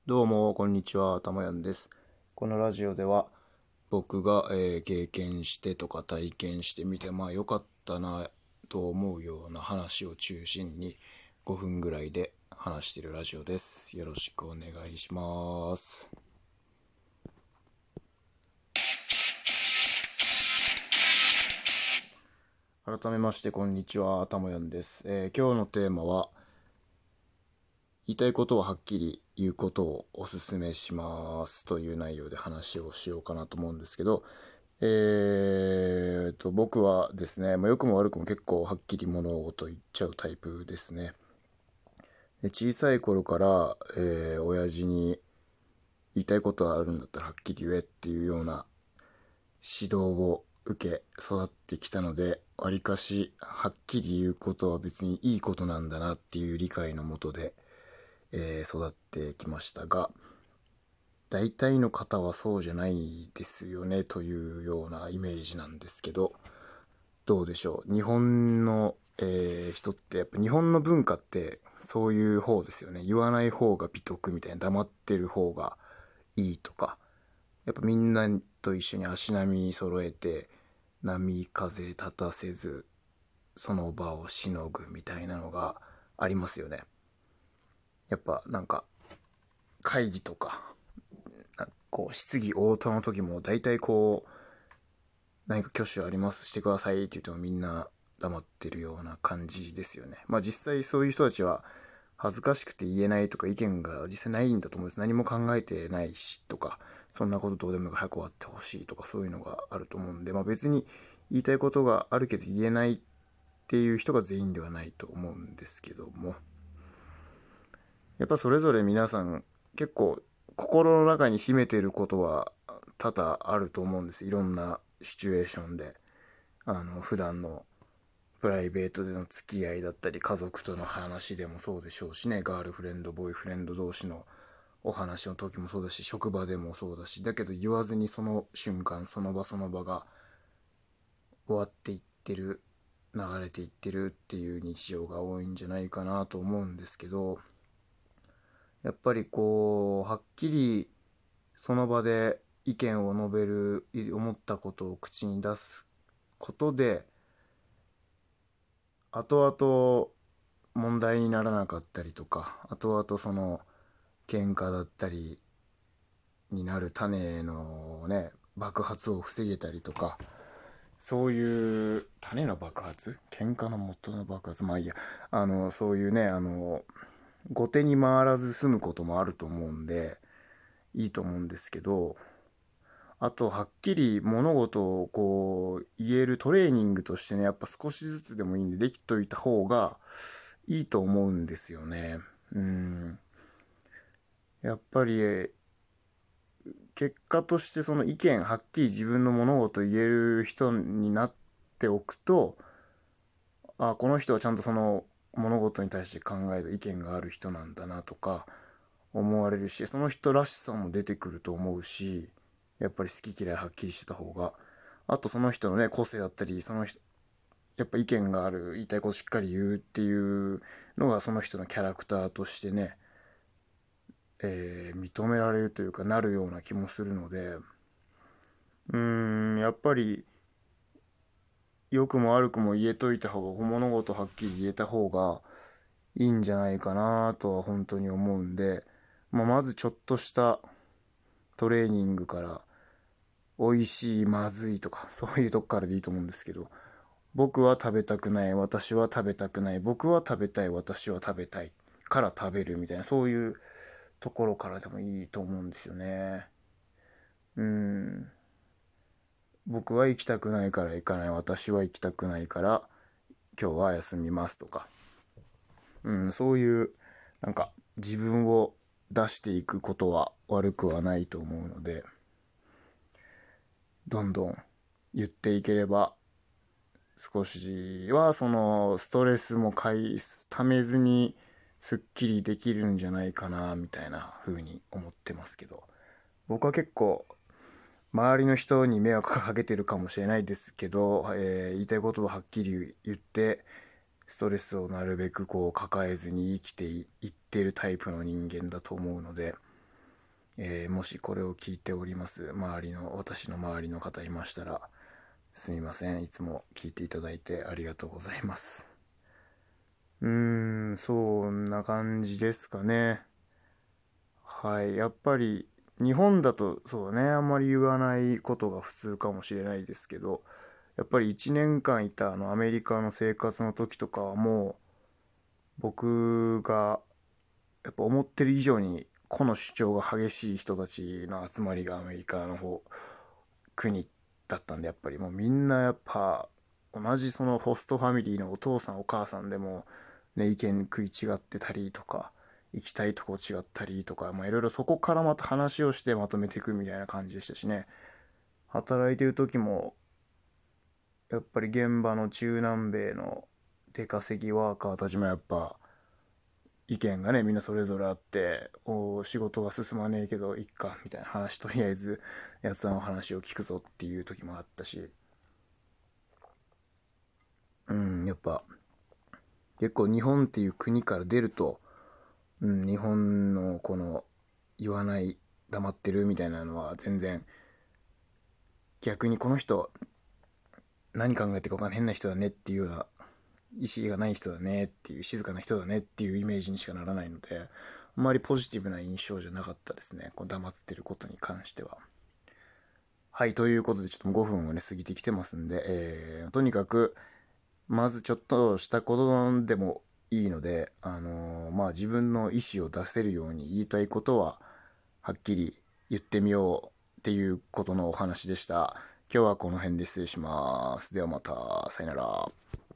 どうも、こんにちは、たまやんです。このラジオでは、僕が、経験してとか体験してみて、良かったなと思うような話を中心に5分ぐらいで話しているラジオです。よろしくお願いします。改めまして、こんにちは、たまやんです。今日のテーマは、言いたいことをはっきり言うことをお勧めしますという内容で話をしようかなと思うんですけど、僕はですね、良くも悪くも結構はっきり物事言っちゃうタイプですね。で、小さい頃から、親父に言いたいことがあるんだったらはっきり言えっていうような指導を受け育ってきたので、わりかしはっきり言うことは別にいいことなんだなっていう理解のもとで、育ってきましたが、大体の方はそうじゃないですよねというようなイメージなんですけど、どうでしょう。日本の、人ってやっぱ日本の文化ってそういう方ですよね。言わない方が美徳みたいな、黙ってる方がいいとか、やっぱみんなと一緒に足並み揃えて波風立たせずその場をしのぐみたいなのがありますよね。やっぱなんか会議とかこう質疑応答の時も大体こう何か挙手ありますしてくださいって言ってもみんな黙ってるような感じですよね。実際そういう人たちは恥ずかしくて言えないとか意見が実際ないんだと思うんです。何も考えてないしとか、そんなことどうでもいいから早く終わってほしいとかそういうのがあると思うんで、別に言いたいことがあるけど言えないっていう人が全員ではないと思うんですけども、やっぱそれぞれ皆さん結構心の中に秘めてることは多々あると思うんです。いろんなシチュエーションで。普段のプライベートでの付き合いだったり家族との話でもそうでしょうしね、ガールフレンドボーイフレンド同士のお話の時もそうだし、職場でもそうだし、だけど言わずにその瞬間その場その場が終わっていってる、流れていってるっていう日常が多いんじゃないかなと思うんですけど、やっぱりこうはっきりその場で意見を述べる、思ったことを口に出すことで後々問題にならなかったりとか、後々その喧嘩だったりになる種のね、爆発を防げたりとか、そういう種の爆発、喧嘩の元の爆発、いいや、そういうね、後手に回らず済むこともあると思うんで、いいと思うんですけど、あと、はっきり物事をこう言えるトレーニングとしてね、やっぱ少しずつでもいいんでできといた方がいいと思うんですよね。うん。やっぱり結果としてその意見はっきり自分の物事を言える人になっておくと、この人はちゃんとその物事に対して考える意見がある人なんだなとか思われるし、その人らしさも出てくると思うし、やっぱり好き嫌いはっきりした方が、あとその人のね、個性だったり、その人、やっぱ意見がある、言いたいことしっかり言うっていうのがその人のキャラクターとしてね、認められるというかなるような気もするので、やっぱり良くも悪くも言えといた方が、物事はっきり言えた方がいいんじゃないかなとは本当に思うんで、まずちょっとしたトレーニングから、美味しい、まずいとか、そういうとこからでいいと思うんですけど、僕は食べたくない、私は食べたくない、僕は食べたい、私は食べたいから食べるみたいな、そういうところからでもいいと思うんですよね。うん。僕は行きたくないから行かない、私は行きたくないから今日は休みますとか、そういうなんか自分を出していくことは悪くはないと思うので、どんどん言っていければ少しはそのストレスもためずにすっきりできるんじゃないかなみたいな風に思ってますけど、僕は結構周りの人に迷惑かけてるかもしれないですけど、言いたいことをはっきり言ってストレスをなるべくこう抱えずに生きていってるタイプの人間だと思うので、 もしこれを聞いております私の周りの方いましたら、すみません。いつも聞いていただいてありがとうございます。そんな感じですかね。はい。やっぱり日本だとそうね、あんまり言わないことが普通かもしれないですけど、やっぱり1年間いたアメリカの生活の時とかはもう僕がやっぱ思ってる以上に個の主張が激しい人たちの集まりがアメリカの国だったんで、やっぱりもうみんなやっぱ同じそのホストファミリーのお父さんお母さんでもね、意見食い違ってたりとか、行きたいとこ違ったりとか、いろいろそこからまた話をしてまとめていくみたいな感じでしたしね。働いてる時もやっぱり現場の中南米の出稼ぎワーカーたちもやっぱ意見がね、みんなそれぞれあって、仕事が進まねえけど、いっか、みたいな話、とりあえず、やつらの話を聞くぞっていう時もあったし、やっぱ、結構日本っていう国から出ると、日本のこの、言わない、黙ってるみたいなのは全然、逆にこの人、何考えてるか分かんない変な人だねっていうような、意思がない人だねっていう、静かな人だねっていうイメージにしかならないので、あんまりポジティブな印象じゃなかったですね。こう黙ってることに関しては。はい、ということでちょっと5分をね、過ぎてきてますんで、とにかく、まずちょっとしたことでもいいので、自分の意思を出せるように言いたいことは、はっきり言ってみようっていうことのお話でした。今日はこの辺で失礼します。ではまた、さよなら。